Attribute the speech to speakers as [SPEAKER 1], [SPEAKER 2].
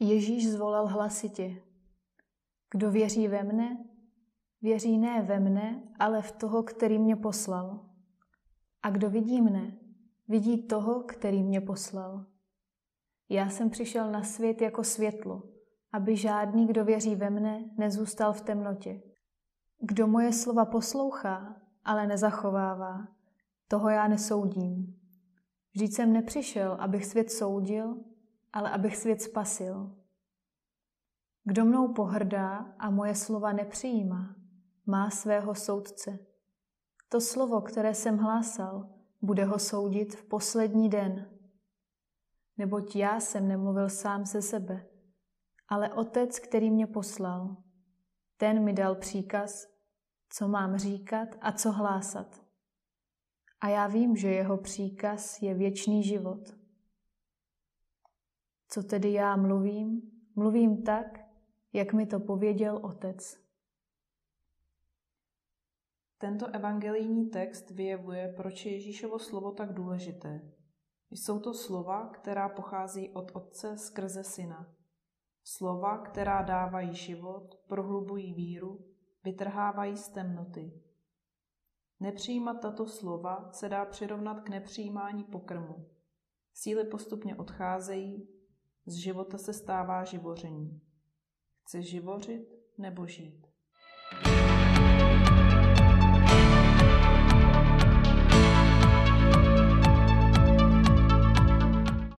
[SPEAKER 1] Ježíš zvolal hlasitě: Kdo věří ve mne, věří ne ve mne, ale v toho, který mě poslal. A kdo vidí mne, vidí toho, který mě poslal. Já jsem přišel na svět jako světlo, aby žádný, kdo věří ve mne, nezůstal v temnotě. Kdo moje slova poslouchá, ale nezachovává, toho já nesoudím. Vždyť jsem nepřišel, abych svět soudil, ale abych svět spasil. Kdo mnou pohrdá a moje slova nepřijímá, má svého soudce. To slovo, které jsem hlásal, bude ho soudit v poslední den. Neboť já jsem nemluvil sám ze sebe, ale Otec, který mě poslal. Ten mi dal příkaz, co mám říkat a co hlásat. A já vím, že jeho příkaz je věčný život. Co tedy já mluvím, mluvím tak, jak mi to pověděl Otec.
[SPEAKER 2] Tento evangelijní text vyjevuje, proč je Ježíšovo slovo tak důležité. Jsou to slova, která pochází od Otce skrze Syna. Slova, která dávají život, prohlubují víru, vytrhávají z temnoty. Nepřijímat tato slova se dá přirovnat k nepřijímání pokrmu. Síly postupně odcházejí, z života se stává živoření. Chceš živořit nebo žít?